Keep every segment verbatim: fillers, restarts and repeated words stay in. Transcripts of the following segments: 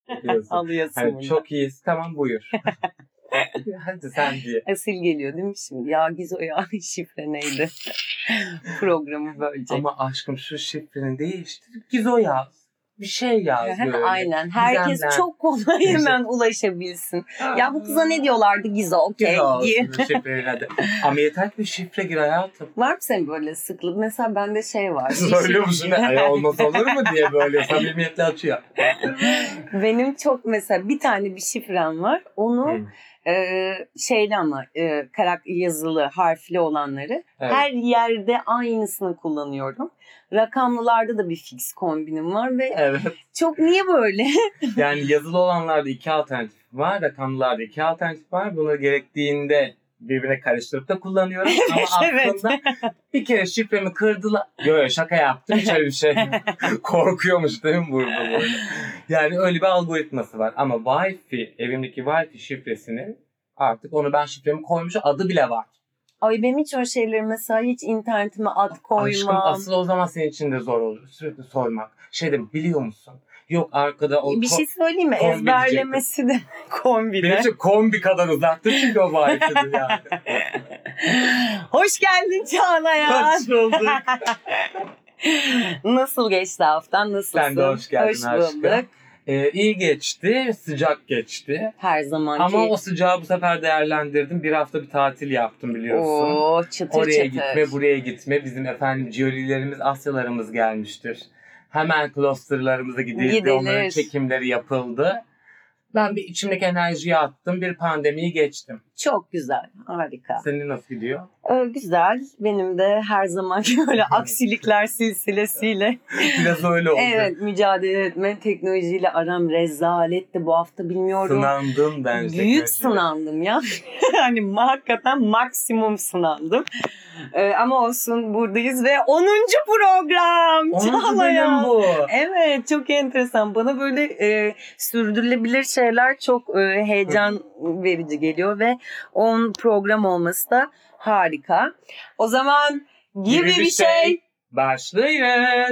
Diyorsun. Alıyorsun Hani bunu. çok iyiyiz. Tamam buyur. Hadi sen diye. Asil geliyor değil mi şimdi? Ya Gizo ya şifre neydi? Programı bölecek. Ama aşkım şu şifreni değiştir. Gizo yaz. Bir şey yaz böyle. Aynen. Herkes Gizemden. çok kolay hemen ulaşabilsin. Ya bu kıza ne diyorlardı? Gizo okey. Gizo olsun şifrenin adı. Ama yeter ki bir şifre gir hayatım. Var mı senin böyle sıklık? Mesela bende şey var. Söylüyor musun? Ay olmaz olur mu diye böyle samimiyetle açıyor. Benim çok mesela bir tane bir şifrem var. Onu hmm. e, şeyli ama e, karak yazılı, harfli olanları evet. Her yerde aynısını kullanıyorum. Rakamlılarda da bir fix kombinim var ve evet. Çok niye böyle? Yani yazılı olanlarda iki alternatif var, rakamlılarda iki alternatif var. Bunları gerektiğinde birbirine karıştırıp da kullanıyorum. Ama evet. Aslında bir kere şifremi kırdılar. Yok şaka yaptım. Hiç öyle bir şey. Korkuyormuş değil mi burada böyle? Yani öyle bir algoritması var. Ama Wi-Fi, evimdeki Wi-Fi şifresini artık onu ben şifremi koymuşum. Adı bile var. Ay benim hiç öyle şeyleri mesela hiç internetime ad koymam. Aşkım asıl o zaman senin için de zor olur. Sürekli sormak. Şey demek biliyor musun? Yok arkada o... Bir şey söyleyeyim mi? Ezberlemesi de kombine. Benim için kombi kadar uzaktı çünkü o Wi-Fi'dir yani. Hoş geldin Çağlayan. Hoş bulduk. Nasıl geçti haftan? Nasılsın? Sen de hoş geldin hoş aşkım. Bulduk. Ee, iyi geçti, sıcak geçti. Her zamanki. Ama o sıcağı bu sefer değerlendirdim. Bir hafta bir tatil yaptım biliyorsun. Oo, çıtır Oraya çıtır. gitme, buraya gitme. Bizim efendim Ciyolilerimiz, Asyalarımız gelmiştir. Hemen clusterlarımıza gidildi, onların çekimleri yapıldı. Ben bir içimdeki enerjiyi attım, bir pandemiyi geçtim. Çok güzel, harika. Senin nasıl gidiyor? Ee, güzel, benim de her zaman böyle aksilikler silsilesiyle. Biraz öyle oldu. Evet, mücadele etme, teknolojiyle aram rezaletti bu hafta bilmiyorum. Sınandım ben. Büyük sınandım ya. Hani hakikaten maksimum sınandım. Ee, ama olsun buradayız ve onuncu program. onuncu bölüm bu. Evet çok enteresan. Bana böyle e, sürdürülebilir şeyler çok e, heyecan verici geliyor ve on program olması da harika. O zaman gibi, gibi bir, bir şey, şey başlıyor.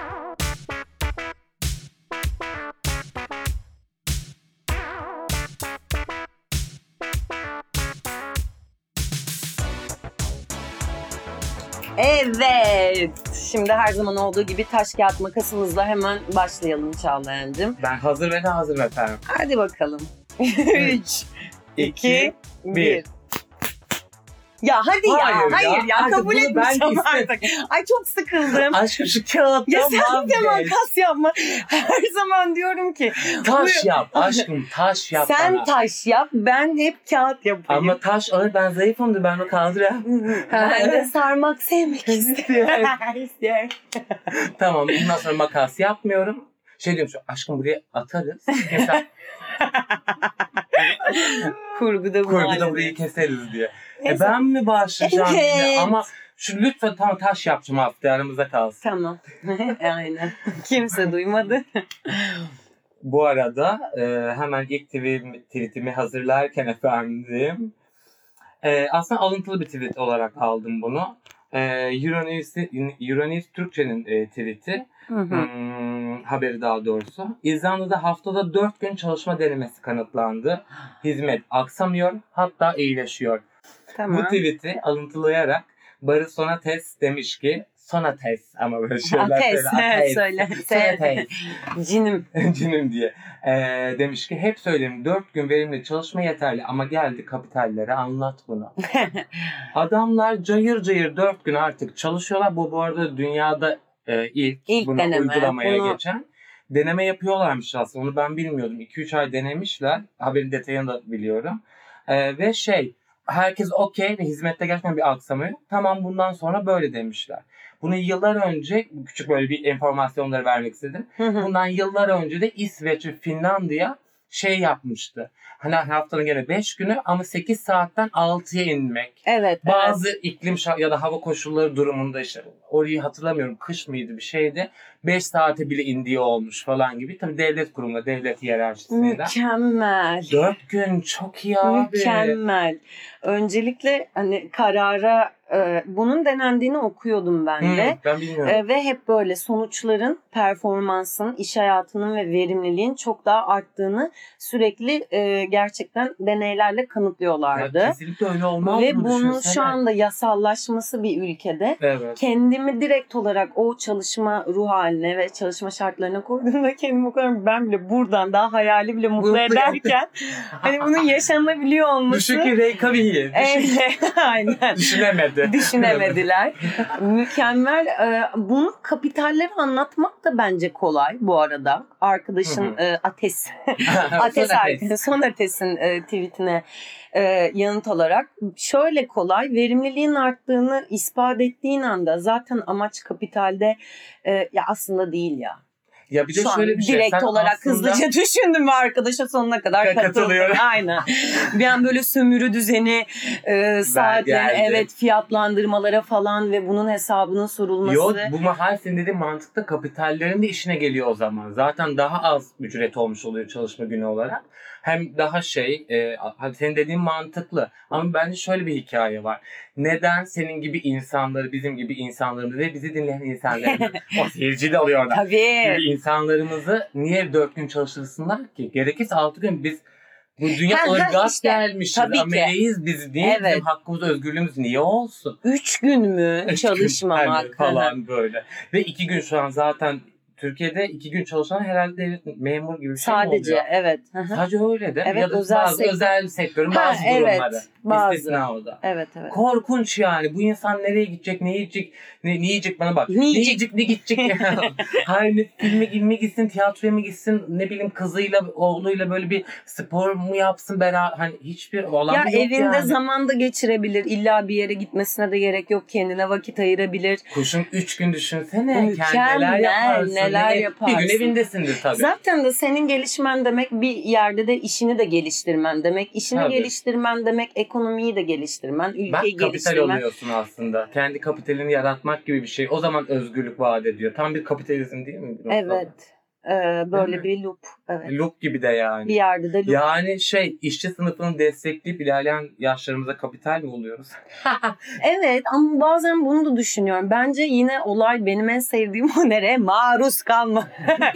Evet. Şimdi her zaman olduğu gibi taş kağıt makasımızla hemen başlayalım Çağlayan'cığım. Ben hazır ve hazırım efendim. Hadi bakalım. üç, iki, bir. Ya hadi hayır ya, hayır ya, ya. kabul etmeyeceğim artık. Ay çok sıkıldım. Aşkım şu kağıttan ya sen de makas yapma. Her zaman diyorum ki. Taş yap aşkım, taş yap sen bana. Sen taş yap, ben hep kağıt yapayım. Ama taş ağır, ben zayıfımdır, ben onu kaldıramam. Ben de sarmak sevmek istiyorum. Tamam, bundan sonra makas yapmıyorum. Şey diyorum şu, aşkım buraya atarız. Mesela... Kurguda, Kurguda burayı keseriz diye. E ben mi başlayacağım evet. yine? Ama şu lütfen tam taş yapacağım hafta aramızda kalsın. Tamam. Aynen. Kimse duymadı. Bu arada e, hemen ilk tweetimi hazırlarken efendim. E, aslında alıntılı bir tweet olarak aldım bunu. E, Euronews, Euronews Türkçe'nin e, tweeti. Hı hı. Hmm, haberi daha doğrusu. İzlanda'da haftada dört gün çalışma denemesi kanıtlandı. Hizmet aksamıyor, hatta iyileşiyor. Tamam. Bu tweet'i alıntılayarak Barış Sonates demiş ki, Sonates ama böyle şeyler Ates, söyle. Sonates. Cinim. Cinim diye. Ee, demiş ki hep söylerim dört gün verimli çalışma yeterli ama geldi kapitallere anlat bunu. Adamlar cayır cayır dört gün artık çalışıyorlar. Bu bu arada dünyada e, ilk, ilk bunu deneme. uygulamaya bunu... geçen. Deneme yapıyorlarmış aslında. Onu ben bilmiyordum. iki üç ay denemişler. Haberin detayını da biliyorum. Ee, ve şey herkes okey ve hizmette gerçekten bir aksama yok. Tamam bundan sonra böyle demişler. Bunu yıllar önce küçük böyle bir informasyonları vermek istedim. Bundan yıllar önce de İsveç ve Finlandiya şey yapmıştı. Hani haftanın gene beş günü ama sekiz saatten altıya inmek. Evet. Bazı evet. iklim ya da hava koşulları durumunda işte orayı hatırlamıyorum. Kış mıydı bir şeydi. beş saate bile indiği olmuş falan gibi. Tabii devlet kurumunda, devlet hiyerarşisinden. Mükemmel. Dört gün çok iyi abi. Mükemmel. Öncelikle hani karara e, bunun denendiğini okuyordum ben Hı, de. ben bilmiyorum. E, ve hep böyle sonuçların, performansın, iş hayatının ve verimliliğin çok daha arttığını sürekli e, gerçekten deneylerle kanıtlıyorlardı. Ya, kesinlikle öyle olmaz Ve mı? bunun Düşünsene. şu anda yasallaşması bir ülkede Evet. kendimi direkt olarak o çalışma ruh haline ve çalışma şartlarına koyduğumda kendimi o kadar ben bile buradan daha hayali bile mutlu Mutlu ederken hani bunun yaşanabiliyor olması. Düşün ki Reykjavik'i. Evet, aynen. Düşünemedi. Düşünemediler. Mükemmel. Ee, Bunu kapitalleri anlatmak da bence kolay bu arada. Arkadaşın Hı hı. e, Ates. Son Ates Ates. arkadaşın Son Ates'in e, tweetine e, yanıt olarak şöyle kolay, verimliliğin arttığını ispat ettiğin anda zaten amaç kapitalde e, ya aslında değil ya. Ya bir de Şu an şöyle bir şey. direkt Sen olarak aslında... hızlıca düşündüm ve arkadaşa sonuna kadar Ka- katıldım. katılıyorum. Aynen. Bir an böyle sömürü düzeni, e, saatlerin, geldi. evet fiyatlandırmalara falan ve bunun hesabının sorulması. Yok, bu mahal senin dediğin mantıkta kapitallerin de işine geliyor o zaman. Zaten daha az ücret olmuş oluyor çalışma günü olarak. Hem daha şey, e, hani senin dediğin mantıklı. Ama bence şöyle bir hikaye var. Neden senin gibi insanları, bizim gibi insanlarımızı ve bizi dinleyen insanlarımızı, o seyirci de oluyor orada. Tabii. Gibi insanlarımızı niye dört gün çalıştırsınlar ki? Gerekirse altı gün biz bu dünya Ha, ha, ırgat işte, gelmişiz. tabii ki. Ameleyiz biz. Niye Evet. bizim hakkımız, özgürlüğümüz niye olsun? Üç gün mü Üç gün çalışmamak hani falan böyle. Ve iki gün şu an zaten Türkiye'de iki gün çalışan herhalde devlet memur gibi bir şey mi Sadece oluyor? evet. Hı hı. Sadece öyle değil mi? Evet, Ya da özel bazı sektör. özel sektörün Ha, bazı evet, durumları. bazı. İstisna o da. Evet evet. Korkunç yani. Bu insan nereye gidecek, ne yiyecek, ne, ne yiyecek bana bak. Ne Ne yiyecek? yiyecek, ne gidecek. Hayır, ne filme mi gitsin, tiyatroya mı gitsin, ne bileyim kızıyla, oğluyla böyle bir spor mu yapsın beraber. Hani hiçbir olan Ya yok evinde yani. zaman da geçirebilir. İlla bir yere gitmesine de gerek yok. Kendine vakit ayırabilir. Kuşun üç gün düşünsene. Mükemmel, Kendi neler yaparsın. neler Ne- yaparsın. Bir gün evindesindir tabii. Zaten de senin gelişmen demek bir yerde de işini de geliştirmen demek. İşini Tabii. geliştirmen demek ekonomiyi de geliştirmen, ülkeyi Bak kapital geliştirmen. oluyorsun aslında. Kendi kapitalini yaratmak gibi bir şey. O zaman özgürlük vaat ediyor. Tam bir kapitalizm değil mi? bir noktada? Evet. Ee, böyle Değil mi? bir loop. Evet. Loop gibi de yani. Bir yerde de loop. Yani şey, işçi sınıfını destekleyip ilerleyen yaşlarımıza kapital mi oluyoruz? Evet ama bazen bunu da düşünüyorum. Bence yine olay benim en sevdiğim o nereye? Maruz kalma.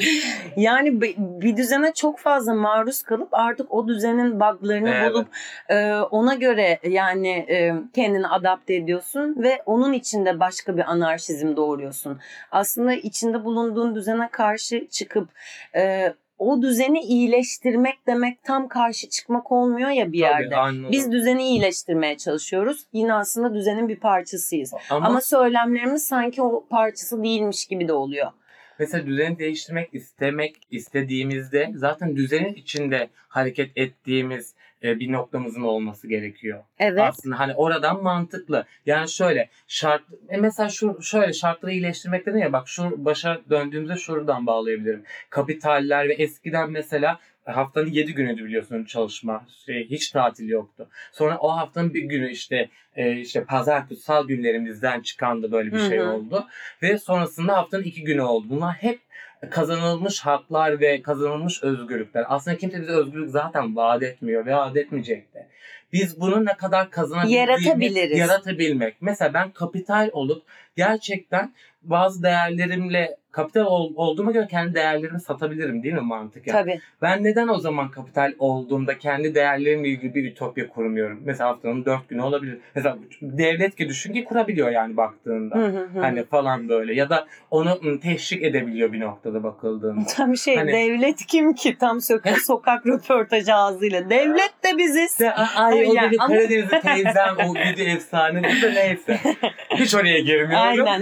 Yani bi- bir düzene çok fazla maruz kalıp artık o düzenin bug'larını Evet. bulup e, ona göre yani e, kendini adapte ediyorsun ve onun içinde başka bir anarşizm doğuruyorsun. Aslında içinde bulunduğun düzene karşı çıkıp e, o düzeni iyileştirmek demek tam karşı çıkmak olmuyor ya bir Tabii, yerde. anladım. Biz düzeni iyileştirmeye çalışıyoruz. Yine aslında düzenin bir parçasıyız. Ama, Ama söylemlerimiz sanki o parçası değilmiş gibi de oluyor. mesela düzeni değiştirmek istemek istediğimizde zaten düzenin içinde hareket ettiğimiz e, bir noktamızın olması gerekiyor. Evet. Aslında hani oradan mantıklı. Yani şöyle şart e mesela şu şöyle şartları iyileştirmek dedin ya, bak şu başa döndüğümüzde şuradan bağlayabilirim. Kapitaller ve eskiden mesela haftanın yedi günüydü biliyorsun çalışma. Şey, hiç tatil yoktu. Sonra o haftanın bir günü işte e, işte pazar kutsal günlerimizden çıkandı, böyle bir Hı şey hı. oldu. Ve sonrasında haftanın iki günü oldu. Bunlar hep kazanılmış haklar ve kazanılmış özgürlükler. Aslında kimse bize özgürlük zaten vaat etmiyor ve vaat etmeyecek de. Biz bunu ne kadar kazanabildiğini Yaratabiliriz. yaratabilmek. Mesela ben kapital olup gerçekten bazı değerlerimle kapital ol, olduğuma göre kendi değerlerimi satabilirim değil mi mantıken? Tabii. Ben neden o zaman kapital olduğumda kendi değerlerimle ilgili bir ütopya kurmuyorum? Mesela haftanın dört günü olabilir. Mesela devlet ki düşün ki kurabiliyor yani baktığında. Hı hı hı. Hani falan böyle. Ya da onu ı, teşvik edebiliyor bir noktada bakıldığında. Tam şey Hani- devlet kim ki? Tam sokak, sokak röportajı ağzıyla. Devlet de biziz. De, ay o Ya, benim ama- Karadenizli teyzem, o video efsane de neyse. Hiç oraya girmiyorum. Aynen.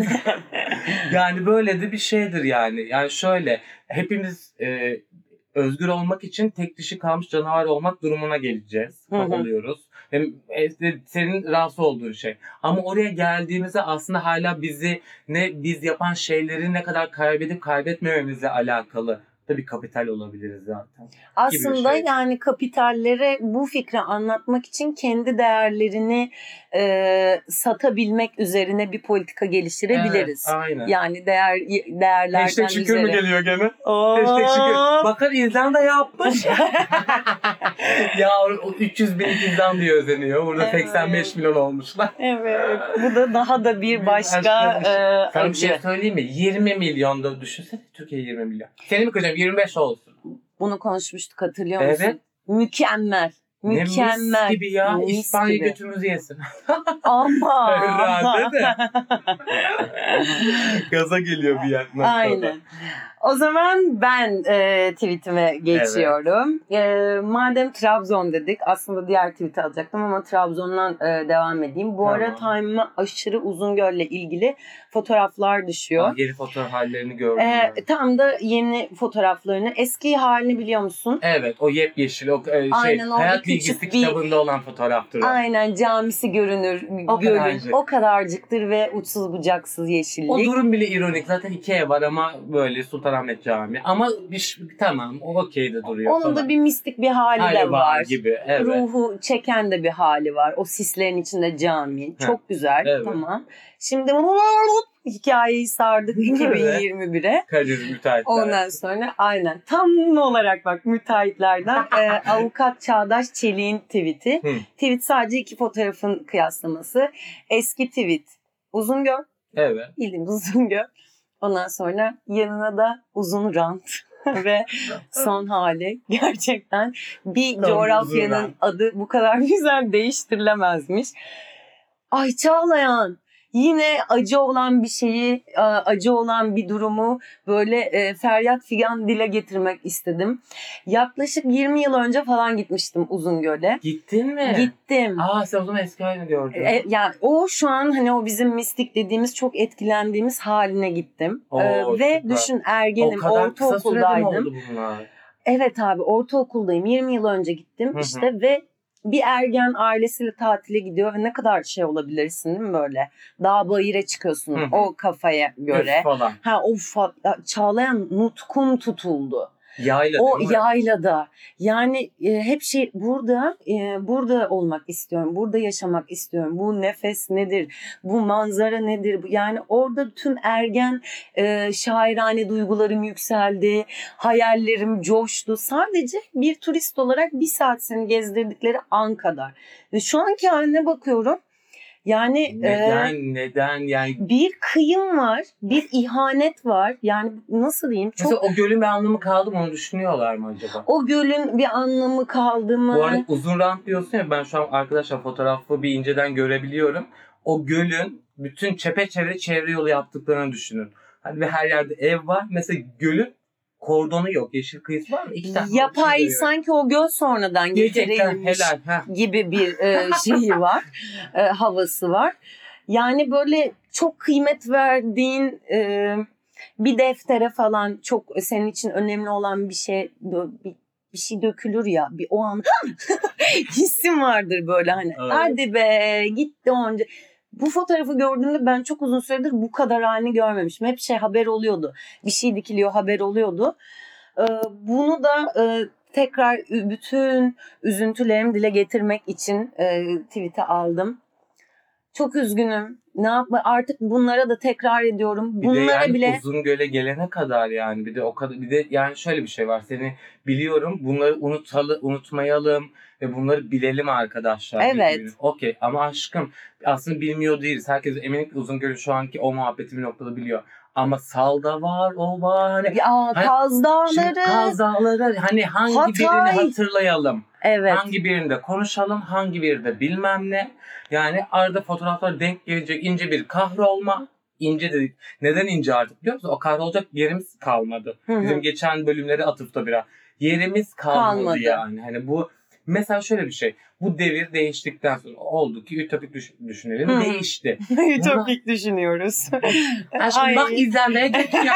Yani böyle de bir şeydir yani. Yani şöyle hepimiz e, özgür olmak için tek dişi kalmış canavar olmak durumuna geleceğiz. Hı hı. Oluyoruz. Hem e, senin rahatsız olduğun şey. Ama oraya geldiğimizde aslında hala bizi ne biz yapan şeyleri ne kadar kaybedip kaybetmememizle alakalı da bir kapital olabiliriz zaten. Aslında şey. yani kapitallere bu fikri anlatmak için kendi değerlerini e, satabilmek üzerine bir politika geliştirebiliriz. Evet, aynen. Yani değer değerlerden Hashtag şükür mü üzere. geliyor gene? Oo. Hashtag şükür. Bakın İzlanda yapmış. Ya o üç yüz bin İzlanda diye özeniyor. Burada Evet. seksen beş milyon olmuşlar. Evet. Bu da daha da bir başka Başka bir şey. e, Sana bir şey acı. söyleyeyim mi? yirmi milyonda düşünsene. Türkiye yirmi milyon. Seni mi kıracağım? yirmi beş olsun. Bunu konuşmuştuk, hatırlıyor musun? Evet. Mükemmel. Mükemmel. Ne mis gibi ya. Mis İspanya gibi. götümüzü yesin. Ama. Herhalde de. Gaza geliyor bir yaklaşık. Aynen. O zaman ben e, tweetime geçiyorum. E, madem Trabzon dedik, aslında diğer tweet'i alacaktım ama Trabzon'dan e, devam edeyim. Bu Tamam. ara Time'a aşırı Uzungöl'le ilgili fotoğraflar düşüyor. Aa, yeni fotoğraf hallerini gördüm. E, ben. tam da yeni fotoğraflarını, eski halini biliyor musun? Evet, o yepyeşil, o e, şey, Aynen, orada hayat küçük bilgisi bir- kitabında olan fotoğraftır. o. Aynen, camisi görünür, O gölün kadarcık. o kadarcıktır ve uçsuz bucaksız yeşillik. O durum bile ironik. Zaten iki ev var ama böyle Sultanahmet Camii. Ama bir, ş- tamam, o okey de duruyor. Onun falan. da bir mistik bir hali Hali de var. gibi. Evet. Ruhu çeken de bir hali var. O sislerin içinde cami. Ha, Çok güzel. evet. Tamam. Şimdi hikayeyi sardık iki bin yirmi bire. Kadir müteahhitler. Ondan sonra aynen tam olarak bak müteahhitlerden e, avukat Çağdaş Çelik'in tweet'i. Hı. Tweet sadece iki fotoğrafın kıyaslaması. Eski tweet Uzungöl. Evet. Bildiğimiz Uzungöl. Ondan sonra yanına da uzun rant. Ve son hali gerçekten bir Tam coğrafyanın uzun rant. adı bu kadar güzel değiştirilemezmiş. Ay Çağlayan, yine acı olan bir şeyi, e, acı olan bir durumu böyle e, feryat figan dile getirmek istedim. Yaklaşık yirmi yıl önce falan gitmiştim Uzungöl'e. Gittin mi? Gittim. Aa, sen o zaman eski halini gördün. E, yani o şu an hani o bizim mistik dediğimiz, çok etkilendiğimiz haline gittim. Oo, E, ve süper. düşün, o ergenim, kadar kısa sürede mi ortaokuldaydım. oldu bunlar? Evet abi, ortaokuldayım. yirmi yıl önce gittim Hı hı. işte ve bir ergen ailesiyle tatile gidiyor ve ne kadar şey olabilirsin değil mi böyle? Dağ bayıra çıkıyorsun Hı hı. o kafaya göre. Üf falan. Ha o fa- Çağlayan nutkum tutuldu. Yayla O değil mi? yaylada. Yani e, hep şey burada e, burada olmak istiyorum. Burada yaşamak istiyorum. Bu nefes nedir? Bu manzara nedir? Yani orada bütün ergen e, şairane duygularım yükseldi. Hayallerim coştu. Sadece bir turist olarak bir saat seni gezdirdikleri an kadar. Ve şu anki haline bakıyorum. Yani Neden? e, Neden? Yani bir kıyım var. Bir ihanet var. Yani nasıl diyeyim? Çok mesela o gölün bir anlamı kaldı mı, onu düşünüyorlar mı acaba? O gölün bir anlamı kaldı mı? Bu arada uzun rant diyorsun ya, ben şu an arkadaşlar fotoğrafı bir inceden görebiliyorum. O gölün bütün çepeçevre çevre yolu yaptıklarını düşünün. Hani ve her yerde ev var. Mesela gölün kordonu yok. Yeşil kıyısı var mı? İki tane Yapay, şey sanki o göl sonradan gerçekten getirilmiş helal. Heh. gibi bir e, şeyi var. e, havası var. Yani böyle çok kıymet verdiğin e, bir deftere falan çok senin için önemli olan bir şey, böyle bir, bir şey dökülür ya, bir o an hissim vardır böyle hani. Evet. Hadi be, gitti onca. Bu fotoğrafı gördüğümde ben çok uzun süredir bu kadar halini görmemiştim. Hep şey haber oluyordu. Bir şey dikiliyor, haber oluyordu. Ee, bunu da e, tekrar bütün üzüntülerimi dile getirmek için e, tweet'e aldım. Çok üzgünüm. Ne yapma, artık bunlara da tekrar ediyorum. Bir de Bunlara yani bile Uzungöl'e gelene kadar yani bir de o kadar, bir de yani şöyle bir şey var. Seni biliyorum. Bunları unutalı, unutmayalım ve bunları bilelim arkadaşlar. Evet. Birbirimiz. Okey ama aşkım aslında bilmiyor değiliz. Herkes eminim ki Uzungöl'ün şu anki o muhabbeti bir noktada biliyor. Ama Salda var, o var. Hani, ya hani Kaz şimdi Dağları. Kaz Dağları, hani hangi Hatay. birini hatırlayalım? Evet. Hangi birinde konuşalım, hangi birinde bilmem ne. Yani arada fotoğraflar denk gelecek, ince bir kahrolma. İnce dedik. Neden ince artık biliyor musun? O kahrolacak yerimiz kalmadı. Hı hı. Bizim geçen bölümlere atıfta biraz. Yerimiz kalmadı, Kalmadı. yani. Hani bu mesela şöyle bir şey. bu devir değiştikten sonra oldu ki ütopik düş- düşünelim Hı. değişti. Ütopik düşünüyoruz. Aşkım Ay. bak izlenmeye geçiyor.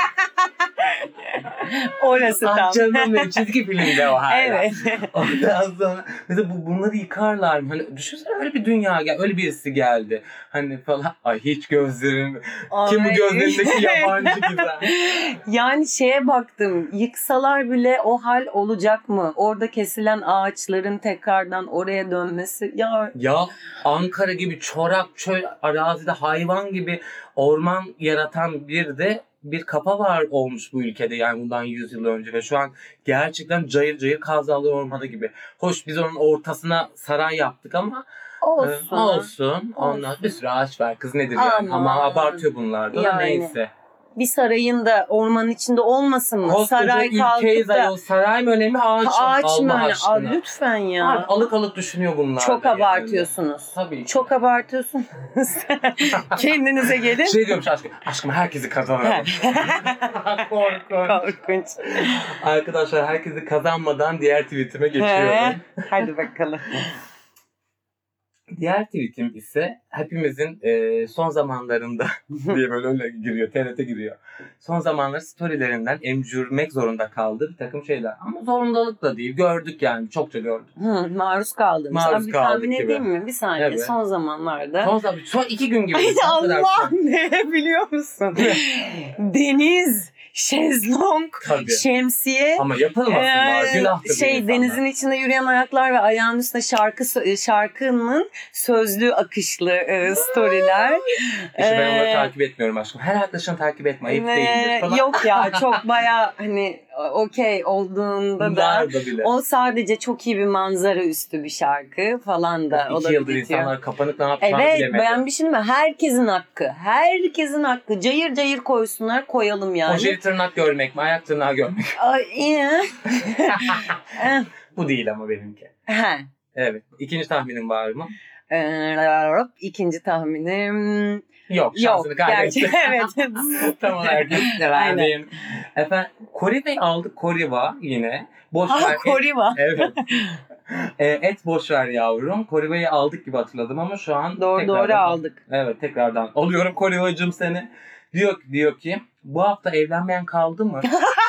Orası tam. Ah canım benim çizgi filmde o hala. Evet. Ondan sonra mesela bu, bunları yıkarlar mı? Hani düşünsene öyle bir dünya gel, öyle birisi geldi. Hani falan ay hiç gözlerin kim bu Ay. gözlerindeki yabancı gibi. Yani şeye baktım, yıksalar bile o hal olacak mı? Orada kesilen ağaçların tekrardan oraya dönmesi. Ya Ya Ankara gibi çorak çöl arazide hayvan gibi orman yaratan bir de bir kafa var olmuş bu ülkede yani bundan yüz yıl önce ve şu an gerçekten cayır cayır Kazallı Ormanı gibi. Hoş biz onun ortasına saray yaptık ama olsun. e, olsun. Ondan bir sürü ağaç var kız nedir yani Aman. ama abartıyor bunlar da Yani. neyse. Bir sarayın da ormanın içinde olmasın mı? Koskoca Saray ülkeyiz kalkıp da ayol saray mı önemli ağaç mı? ağaç mı? Allah öyle? Aa, aşkına. lütfen ya. Abi, alık alık düşünüyor bunlar. Çok da yani. abartıyorsunuz. Tabii ki. Çok abartıyorsunuz. Kendinize gelin. Şey diyormuş aşkım. Aşkım herkesi kazanalım. Korkunç. Korkunç. Arkadaşlar herkesi kazanmadan diğer tweetime geçiyorum. Hadi bakalım. Diğer tweetim ise hepimizin e, son zamanlarında diye böyle öyle giriyor. T R T giriyor. Son zamanlar storylerinden emcürmek zorunda kaldığı bir takım şeyler. Ama zorundalık da değil. Gördük yani. Çokça gördük. Hı, maruz kaldım. Maruz Sana bir kaldık tahmin gibi. edeyim mi? Bir saniye. Evet. Son zamanlarda. Son, zaman, son iki gün gibi. Ay O kadar Allah son. ne biliyor musun? Deniz, şezlong, Tabii. şemsiye. Ama yapılmasın var. Ee, Günahtır şey bu denizin insanlar. içinde yürüyen ayaklar ve ayağın üstünde şarkı sö- şarkının sözlü akışlı e, storyler. İşte ben onları Ee, takip etmiyorum aşkım. Her arkadaşını takip etme. Ayıp Ee, değildir falan. Yok ya çok baya hani okey olduğunda da Var da bile. o sadece çok iyi bir manzara üstü bir şarkı falan da İki yıldır olabiliyor. insanlar kapanıp ne yapacağını Evet bilemedi. ben bir şey mi? Herkesin hakkı. Herkesin hakkı. Cayır cayır koysunlar koyalım yani. Ojeli tırnak görmek mi? Ayak tırnağı görmek. Ay, iyi. Eh, Bu değil ama benimki. he. Evet. İkinci tahminin var mı? Ee, İkinci tahminim Yok. Şansını yok. kaybetti. Gerçi evet. Tam olarak Aynen. verdiğim. Efendim Korive'yi aldık. Koriva yine. Boş Ah ver. Koriva. Evet. e, et boş ver yavrum. Korive'yi aldık gibi hatırladım ama şu an Doğru tekrardan, doğru aldık. Evet tekrardan alıyorum Koriva'cığım seni. Diyor, diyor ki bu hafta evlenmeyen kaldı mı?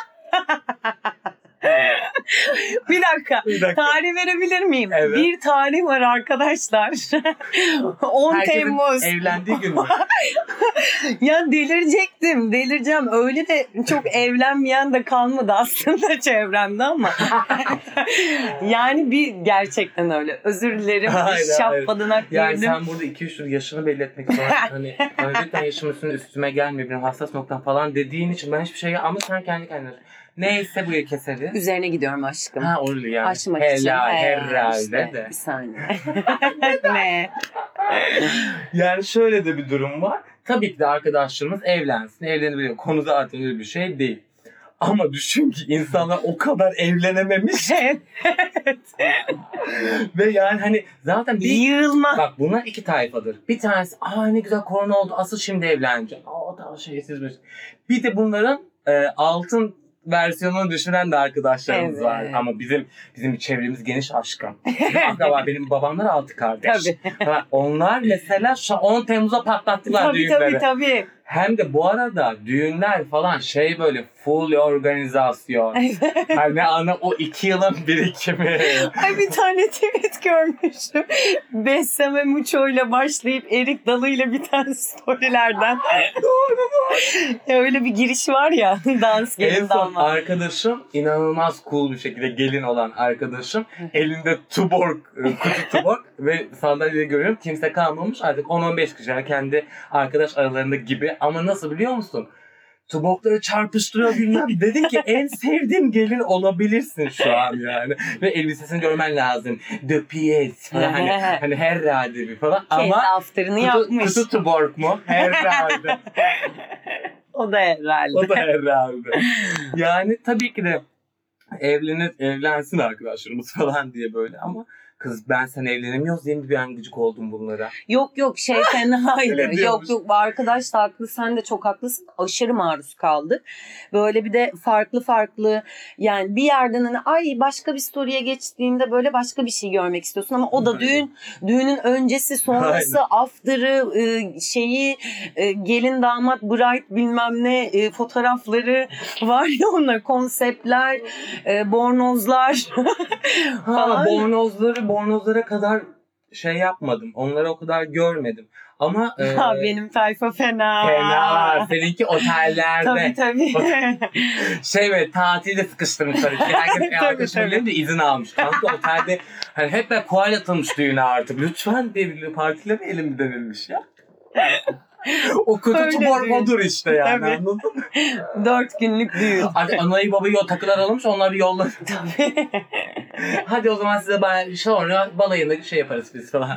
Bir dakika. Bir dakika. Tarih verebilir miyim? Evet. Bir tarih var arkadaşlar. on Herkesin Temmuz. evlendiği gün mü? Ya delirecektim. Delireceğim. Öyle de çok evlenmeyen de kalmadı aslında çevremde ama. Yani bir gerçekten öyle. Özür dilerim. Hayır, Şapbadınak Yani girdim. sen burada iki üç yıl yaşını belli etmek zorunda. Hani hani lütfen yaşımın üstüne üstüme gelmiyor. Benim hassas noktam falan dediğin için ben hiçbir şey ama sen kendi kendine. Neyse burayı keseriz. Üzerine gidiyorum aşkım. Ha öyle yani. Aşmak Helal, için. He, herhalde işte, de. Bir saniye. Ne? Yani şöyle de bir durum var. Tabii ki de arkadaşlarımız evlensin, evlenebiliyor. Konu zaten öyle bir şey değil. Ama düşün ki insanlar o kadar evlenememiş. Ve yani hani zaten bir... Yığılma. Bak bunlar iki tayfadır. Bir tanesi aa ne güzel korona oldu asıl şimdi evleneceğim. Aa o da şeysizmiş. Bir de bunların e, altın versiyonunu düşünen de arkadaşlarımız Evet. var. Ama bizim bizim çevremiz geniş aşkım. Bizim akraba benim babamlar altı kardeş. Tabii. Ha, onlar mesela şu on Temmuz'a patlattılar Tabii düğünleri. tabii tabii. Hem de bu arada düğünler falan şey böyle full organizasyon. Hani ana o iki yılın birikimi. Ay bir tane tweet görmüştüm. Besseme Muço ile başlayıp Erik Dalı ile biten storylerden. Doğru Ya öyle bir giriş var ya. Dans En gelin son damat. arkadaşım inanılmaz cool bir şekilde gelin olan arkadaşım elinde tuborg, kutu tuborg ve sandalyede görüyorum kimse kalmamış artık on on beş kişi yani kendi arkadaş aralarında gibi ama nasıl biliyor musun? Tuborgları çarpıştırıyor bilmem. Dedim ki en sevdiğim gelin olabilirsin şu an yani. Ve elbisesini görmen lazım. De pièce falan hani, hani herhalde bir falan. Kendi Ama after'ını kutu, yapmış. kutu tuborg mu? Herhalde. O da herhalde. O da herhalde. Yani tabii ki de evlenir, evlensin arkadaşlarımız falan diye böyle ama Kız ben sen evlenemiyoruz diye mi ben gıcık oldum bunlara? Yok yok şey Öyle fenaydı. yok diyormuş. yok arkadaş da haklı, sen de çok haklısın. Aşırı maruz kaldık. Böyle bir de farklı farklı, yani bir yerden hani ay başka bir story'e geçtiğinde böyle başka bir şey görmek istiyorsun ama o da Aynen. düğün, düğünün öncesi sonrası after'ı e, şeyi e, gelin damat bright bilmem ne e, fotoğrafları var ya, onlar konseptler, e, bornozlar Ha, falan. bornozları bornozlara kadar şey yapmadım. Onları o kadar görmedim. Ama e, Ha, benim tayfa fena. fena. Seninki otellerde. Tabii tabii. Şey böyle tatilde sıkıştırmışlar. Herkes Tabii, arkadaşlarıyla de izin almış. Kanka otelde hani hep böyle kual atılmış düğüne artık. Lütfen diye bir partilemeyelim mi denilmiş ya. O kötü Öyle tumor düğün. odur işte yani, Tabii. anladın mı? Dört günlük düğün. Hadi anayı babayı o takılar almış, onlar bir yolla. Tabii. Hadi o zaman size ben sonra balayında şey yaparız biz falan.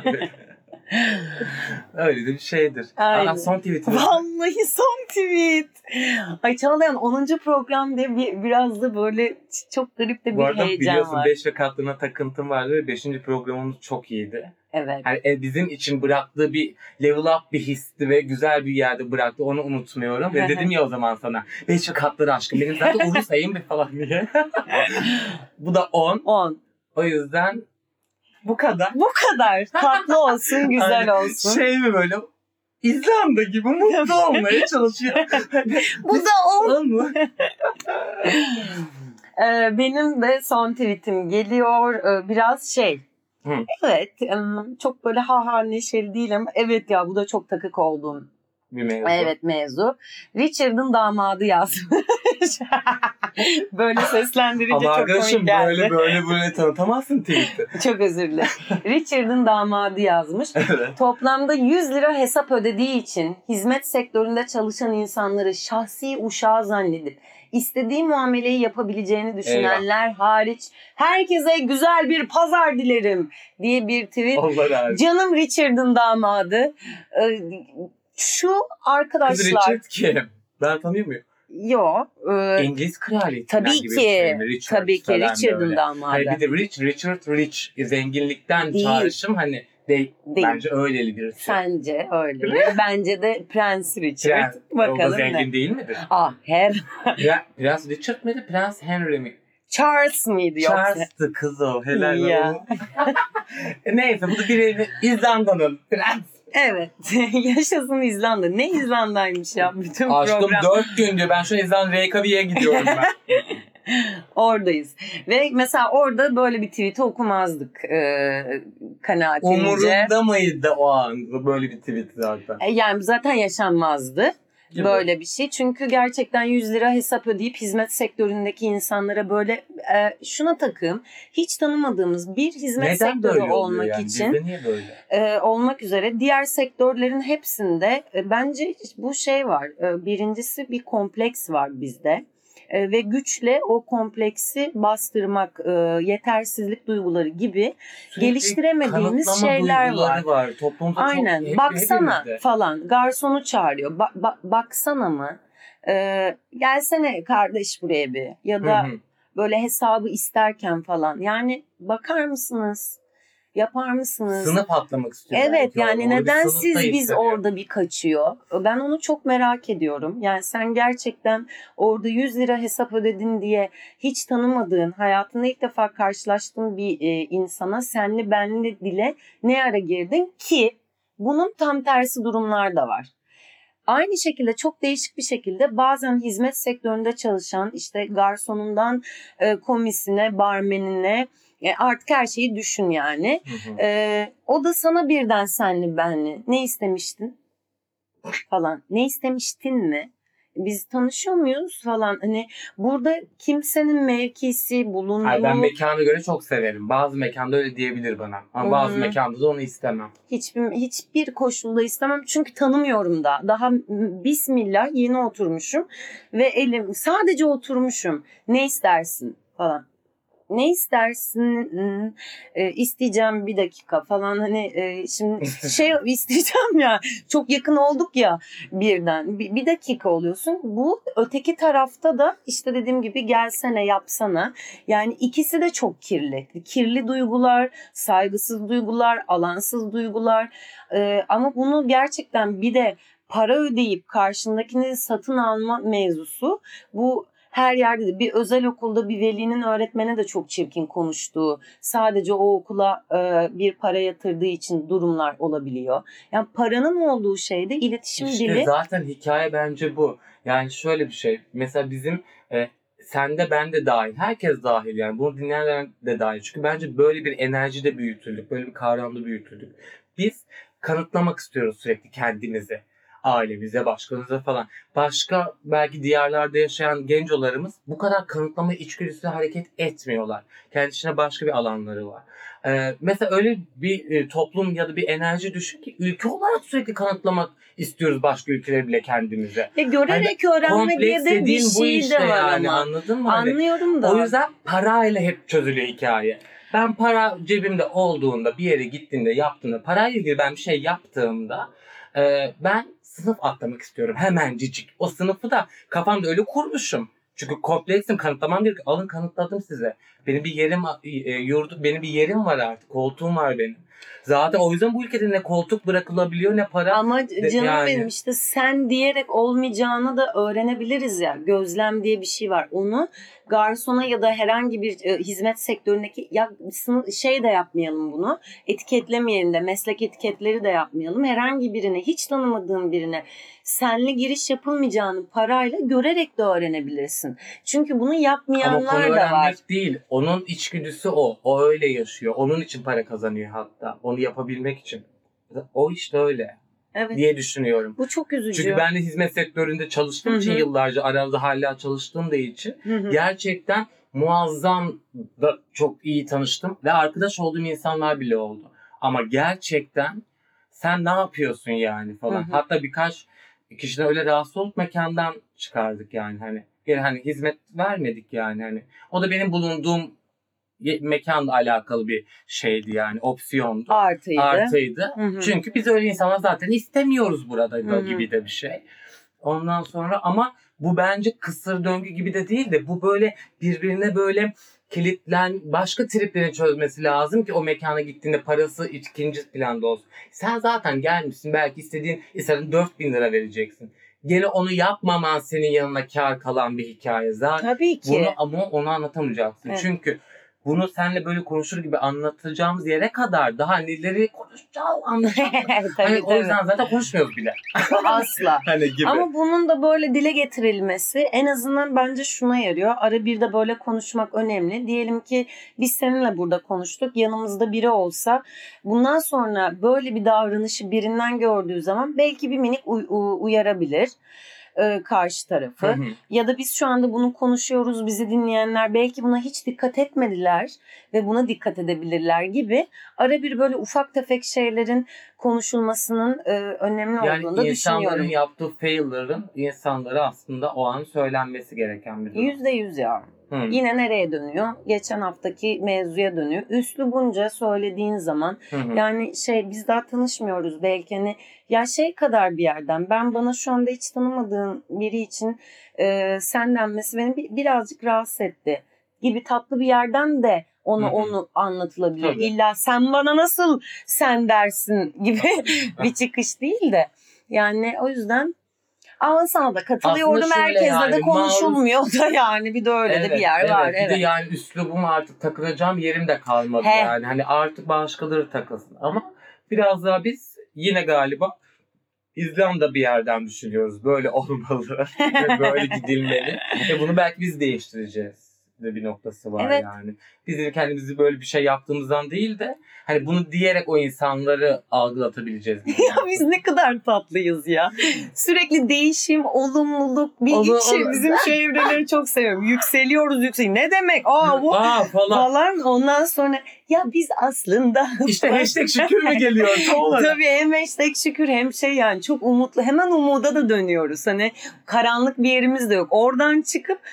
Öyle de bir şeydir. Aynen. Aa, son tweet'i. Vallahi son tweet. Ay Çağlayan onuncu program diye bir, biraz da böyle çok garip de bir Bu arada heyecan biliyorsun var. beş ve katlığına takıntım vardı ve beşinci programımız çok iyiydi. Evet. Yani e, bizim için bıraktığı bir level up bir histi ve güzel bir yerde bıraktı. Onu unutmuyorum. Ve dedim ya o zaman sana beş ve katları aşkım. Benim zaten uğur sayım bir falan diye. Bu da on. on. O yüzden bu kadar. Bu kadar. Tatlı olsun, güzel Hani olsun. Şey mi böyle İzlanda gibi mutlu olmaya çalışıyor. Bu da on. On mu? Ee, benim de son tweetim geliyor. Ee, biraz şey. Hı. Evet. em, Çok böyle ha ha neşeli değilim. Evet ya, bu da çok takık olduğum. Bir mevzu. Evet, mevzu. Richard'ın damadı yazmış. Böyle seslendirince Ama çok arkadaşım komik geldi. böyle böyle böyle tanıtamazsın tweet'i. Çok özür dilerim. Richard'ın damadı yazmış. Evet. Toplamda yüz lira hesap ödediği için hizmet sektöründe çalışan insanları şahsi uşağı zannedip istediği muameleyi yapabileceğini düşünenler hariç herkese güzel bir pazar dilerim diye bir tweet. Allah razı. Canım Richard'ın damadı. Ee, Şu Kız arkadaşlar. Richard kim? Ben tanıyor muyum? Yok. E, İngiliz kraliyetinden tabii gibi bir ki. şey mi? Richard Tabii ki falan Richard'ın böyle. damadı. Hayır bir de Rich, Richard Rich. Zenginlikten Değil. çağrışım hani de, Değil. bence öyleli birisi. Sence öyle. Bence de Prens Richard. Prens, o da Bakalım zengin ne. değil midir? Ah her. Ya, Prens Richard mıydı? Prens Henry mi? Charles mıydı yoksa? Charles'tı kız o. Helal Ya. olsun. Neyse bu da bir İzlanda'nın prens. Evet. Yaşasın İzlanda. Ne İzlanda'ymış ya bütün Aşkım program. dört gün diyor. Ben şu an İzlanda Reykjavik'e gidiyorum ben. Oradayız. Ve mesela orada böyle bir tweet'i okumazdık e, kanaatimce. Umurunda mıydı o an böyle bir tweet zaten? E, Yani zaten yaşanmazdı. Gibi. Böyle bir şey. Çünkü gerçekten yüz lira hesap ödeyip hizmet sektöründeki insanlara böyle e, şuna takım, hiç tanımadığımız bir hizmet Neden sektörü böyle oluyor olmak yani? için Bizde niye böyle? e, olmak üzere diğer sektörlerin hepsinde e, bence bu şey var. E, birincisi bir kompleks var bizde. E, ve güçle o kompleksi bastırmak, e, yetersizlik duyguları gibi Sürekli geliştiremediğimiz kanıtlama şeyler var. duyguları var. Toplumda Aynen. çok hep- Baksana hepimizde. falan. Garsonu çağırıyor. Ba- ba- baksana mı? Ee, gelsene kardeş buraya bir. Ya da Hı hı. böyle hesabı isterken falan. Yani bakar mısınız? Yapar mısınız? Sınıf atlamak istiyor. Evet belki. yani Orada bir neden sınıfta siz biz hissediyor. orada bir kaçıyor? Ben onu çok merak ediyorum. Yani sen gerçekten orada yüz lira hesap ödedin diye hiç tanımadığın, hayatında ilk defa karşılaştığın bir e, insana senli benli dile ne ara girdin ki bunun tam tersi durumlar da var. Aynı şekilde çok değişik bir şekilde bazen hizmet sektöründe çalışan işte garsonundan e, komisine, barmenine e, artık her şeyi düşün yani. Hı hı. E, o da sana birden senli benli ne istemiştin falan. Ne istemiştin mi? Biz tanışıyor muyuz falan. Hani burada kimsenin mevkisi, bulunduğu... Hayır, ben mekana göre çok severim. Bazı mekanda öyle diyebilir bana. Ama bazı Hı-hı. mekanda da onu istemem. Hiçbir, hiçbir koşulda istemem. Çünkü tanımıyorum da. Daha bismillah yeni oturmuşum. Ve elim sadece oturmuşum. Ne istersin falan. ne istersin, hmm, e, isteyeceğim bir dakika falan, hani e, şimdi şey isteyeceğim ya, çok yakın olduk ya birden, bir, bir dakika oluyorsun. Bu öteki tarafta da işte dediğim gibi gelsene yapsana, yani ikisi de çok kirli kirli duygular, saygısız duygular, alansız duygular. E, ama bunu gerçekten bir de para ödeyip karşındakini satın alma mevzusu, bu her yerde de, bir özel okulda bir velinin öğretmene de çok çirkin konuştuğu, sadece o okula e, bir para yatırdığı için durumlar olabiliyor. Yani paranın olduğu şeyde iletişim İşte dili. zaten hikaye bence bu. Yani şöyle bir şey. Mesela bizim e, sende ben de dahil. Herkes dahil yani. Bunu dinleyenler de dahil. Çünkü bence böyle bir enerjide büyütüldük. Böyle bir kavramda büyütüldük. Biz kanıtlamak istiyoruz sürekli kendimizi. Ailemize, başkalarımıza falan. Başka belki diyarlarda yaşayan gencolarımız bu kadar kanıtlama içgüdüsü hareket etmiyorlar. Kendisine başka bir alanları var. Ee, mesela öyle bir e, toplum ya da bir enerji düşün ki ülke olarak sürekli kanıtlamak istiyoruz başka ülkeleri bile kendimize. Ya görerek Hani öğrenme diye kompleks de bir dediğin bu şey işte de var yani, ama. anladın mı? Hani Anlıyorum da. o yüzden parayla hep çözülüyor hikaye. Ben para cebimde olduğunda, bir yere gittiğinde, yaptığımda, parayla ilgili ben bir şey yaptığımda e, ben sınıf atlamak istiyorum hemencik. O sınıfı da kafamda öyle kurmuşum. Çünkü kompleksim, kanıtlamam gerekiyor. Alın, kanıtladım size. Benim bir yerim, e, yurdu, benim bir yerim var artık. Koltuğum var benim. Zaten o yüzden bu ülkede ne koltuk bırakılabiliyor ne para. Ama canım yani. benim, işte sen diyerek olmayacağını da öğrenebiliriz ya. Gözlem diye bir şey var. Onu garsona ya da herhangi bir e, hizmet sektöründeki, ya sınıf, şey de yapmayalım bunu. Etiketlemeyelim de, meslek etiketleri de yapmayalım. Herhangi birine, hiç tanımadığın birine senle giriş yapılmayacağını parayla görerek de öğrenebilirsin. Çünkü bunu Ama konu yapmayanlar da öğrenmek var. değil. Onun içgüdüsü o. O öyle yaşıyor. Onun için para kazanıyor hatta. Onu yapabilmek için. O işte öyle Evet. diye düşünüyorum. Bu çok üzücü. Çünkü ben de hizmet sektöründe çalıştığım Hı için, hı. yıllarca arada hala çalıştığım da için Hı hı. gerçekten muazzam da çok iyi tanıştım ve arkadaş olduğum insanlar bile oldu. Ama gerçekten sen ne yapıyorsun yani falan. Hı hı. Hatta birkaç kişiden öyle rahatsız olup mekandan çıkardık yani, hani. Yani hani hizmet vermedik yani, hani. O da benim bulunduğum mekanla alakalı bir şeydi yani, opsiyondu. Artıydı. Artıydı. Hı hı. Çünkü biz öyle insanlar zaten istemiyoruz burada da Hı hı. gibi de bir şey. Ondan sonra ama bu bence kısır döngü gibi de değil de, bu böyle birbirine böyle kilitlen, başka triplerini çözmesi lazım ki o mekana gittiğinde parası ikinci planda olsun. Sen zaten gelmişsin, belki istediğin istediğin dört bin lira vereceksin. Gene onu yapmaman senin yanına kar kalan bir hikaye. Zaten Tabii ki. bunu, ama onu anlatamayacaksın. Evet. Çünkü bunu seninle böyle konuşur gibi anlatacağımız yere kadar daha neleri konuşacağız, anlatacağız. tabii, Hani o tabii. yüzden zaten konuşmuyoruz bile. Asla. Hani gibi. Ama bunun da böyle dile getirilmesi en azından bence şuna yarıyor. Ara bir de böyle konuşmak önemli. Diyelim ki biz seninle burada konuştuk. Yanımızda biri olsa, bundan sonra böyle bir davranışı birinden gördüğü zaman belki bir minik uy- u- uyarabilir e, karşı tarafı. Hı hı. Ya da biz şu anda bunu konuşuyoruz, bizi dinleyenler belki buna hiç dikkat etmediler ve buna dikkat edebilirler gibi, ara bir böyle ufak tefek şeylerin konuşulmasının e, önemli Yani olduğunu da insanların düşünüyorum. yaptığı fail'ların insanlara aslında o an söylenmesi gereken bir durum. Yüzde yüz ya. Hı. Yine nereye dönüyor? Geçen haftaki mevzuya dönüyor. Üslubunca söylediğin zaman, Hı hı. yani şey, biz daha tanışmıyoruz belki, hani ya şey kadar bir yerden, ben bana şu anda hiç tanımadığım biri için e, sen denmesi beni bir, birazcık rahatsız etti gibi tatlı bir yerden de onu Hı hı. onu anlatılabilir. Tabii. İlla sen bana nasıl sen dersin gibi bir çıkış değil de, yani o yüzden. Ama sana da katılıyorum, Aslında şöyle herkesle yani, de konuşulmuyor maruz- da yani, bir de öyle de bir yer evet, var. Bir Evet. de yani üslubum, artık takılacağım yerim de kalmadı He. yani. Hani artık başkaları takılsın. Ama biraz daha biz yine galiba İzlanda bir yerden düşünüyoruz. Böyle olmalı ve böyle gidilmeli. Ve bunu belki biz değiştireceğiz de bir noktası var Evet. yani. Bizim kendimizi böyle bir şey yaptığımızdan değil de hani bunu diyerek o insanları algılatabileceğiz. gibi. Ya biz ne kadar tatlıyız ya. Sürekli değişim, olumluluk, bir Onu- şey, onu- bizim şu evreleri çok seviyorum. Yükseliyoruz, yükseliyoruz. Ne demek? Aa bu Aa falan. falan. Ondan sonra ya biz aslında İşte hashtag şükür mü geliyor tam olarak? tabii, hem hashtag şükür hem şey, yani çok umutlu. Hemen umuda da dönüyoruz. Hani karanlık bir yerimiz de yok. Oradan çıkıp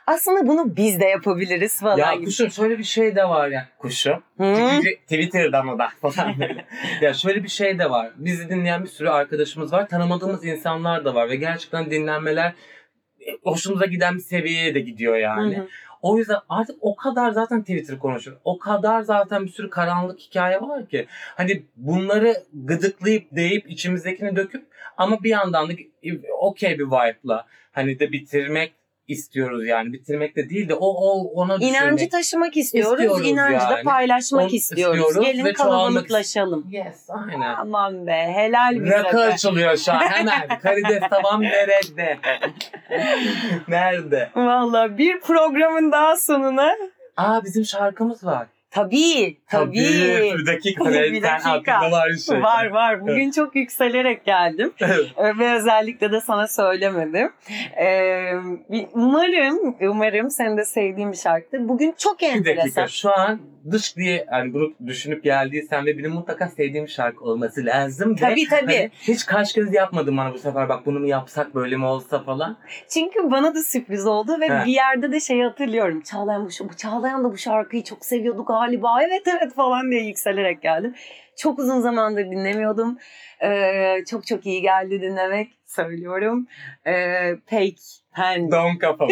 Aslında bunu biz de yapabiliriz falan Ya gibi. kuşum şöyle bir şey de var ya kuşum. Hı? Twitter'dan o da falan. Ya şöyle bir şey de var. Bizi dinleyen bir sürü arkadaşımız var. Tanımadığımız insanlar da var ve gerçekten dinlenmeler hoşumuza giden bir seviyeye de gidiyor yani. Hı hı. O yüzden artık o kadar zaten Twitter konuşuyor. O kadar zaten bir sürü karanlık hikaye var ki. Hani bunları gıdıklayıp deyip içimizdekini döküp ama bir yandan da okey bir vibe'la hani de bitirmek istiyoruz yani. Bitirmek de değil de o, o ona İnancı düşürmek. taşımak istiyoruz, İstiyoruz inancı da yani. paylaşmak Onu istiyoruz. istiyoruz Gelin ve çoğalmak- kalabalıklaşalım. Yes, aynen. Aman be, helal bize Rakı be. açılıyor şu an hemen. Karides tavam nerede? Nerede? Valla bir programın daha sonuna Aa bizim şarkımız var. tabii tabii. Bir dakika. Bir Bir dakika. aklında var bir şey. Var var. Bugün çok yükselerek geldim. Evet. Ve özellikle de sana söylemedim. Ee, bir- umarım, umarım senin de sevdiğin bir şarkıdır. Bugün çok Bir enteresan. dakika. Şu an dış diye yani bunu düşünüp geldiysen ve benim mutlaka sevdiğim şarkı olması lazım. Ve Tabii tabii. hani hiç kaş göz yapmadım bana bu sefer. Bak bunu mu yapsak böyle mi olsa falan. Çünkü bana da sürpriz oldu ve He. bir yerde de şeyi hatırlıyorum. Çağlayan, bu, bu Çağlayan da bu şarkıyı çok seviyordu galiba. Evet evet falan diye yükselerek geldim. Çok uzun zamandır dinlemiyordum. Ee, çok çok iyi geldi dinlemek. Söylüyorum. Ee, Pek Pen. Don kafa.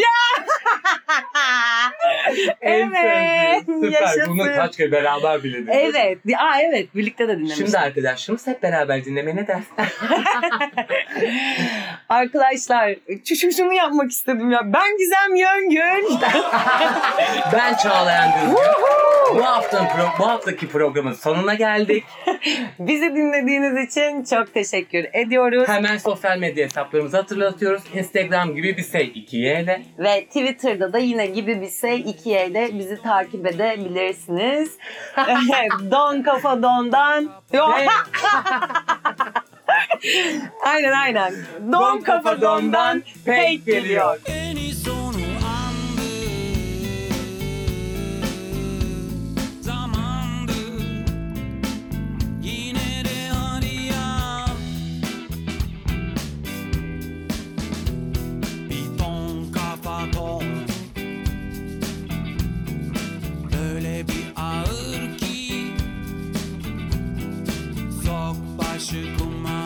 En Evet, sevdiğim. Süper. yaşasın. Bunu kaç kere beraber bile dinledik. Evet. Aa, evet. Birlikte de dinlemiştik. Şimdi arkadaşlarımız hep beraber dinlemeye ne dersin? Arkadaşlar şu şunu yapmak istedim ya. Ben Gizem Yöngül. Ben Çağlayan Düzgün. bu, haftanın pro- bu haftaki programın sonuna geldik. Bizi dinlediğiniz için çok teşekkür ediyoruz. Hemen sosyal medya hesaplarımızı hatırlatıyoruz. Instagram gibi bir şey iki Y ile. Ve Twitter'da da yine gibi bir şey iki ile bizi takip edebilirsiniz. Don Kafa Don'dan. Yok. Ve Aynen aynen. Don Kafa Don'dan Pek geliyor. Beni sonu andı, zamandı, yine de arayan bir ton kafa ton, öyle bir ağır ki sok başı kuma.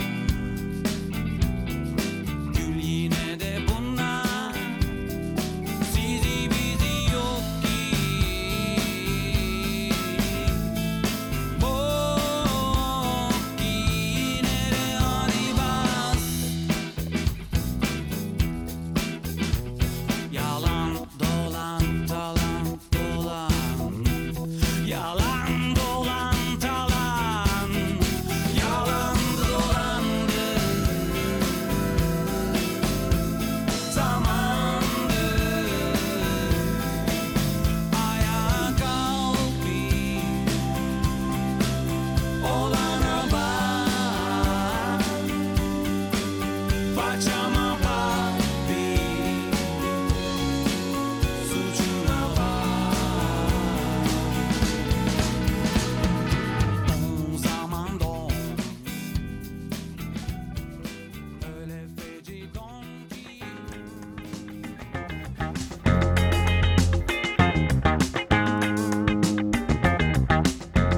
Gül yine de bunlar, sizi bizi yok ki. Bok ki yine de hadi bas. Yalan dolan talan dolan, yalan dolan talan, yalan dolandı. Zamandı, ayağa kalk bir, olana bak, paçama bak bir, suçuna bak. Don zaman don, öyle feci don ki.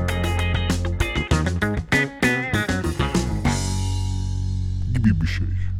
gibi bir şey.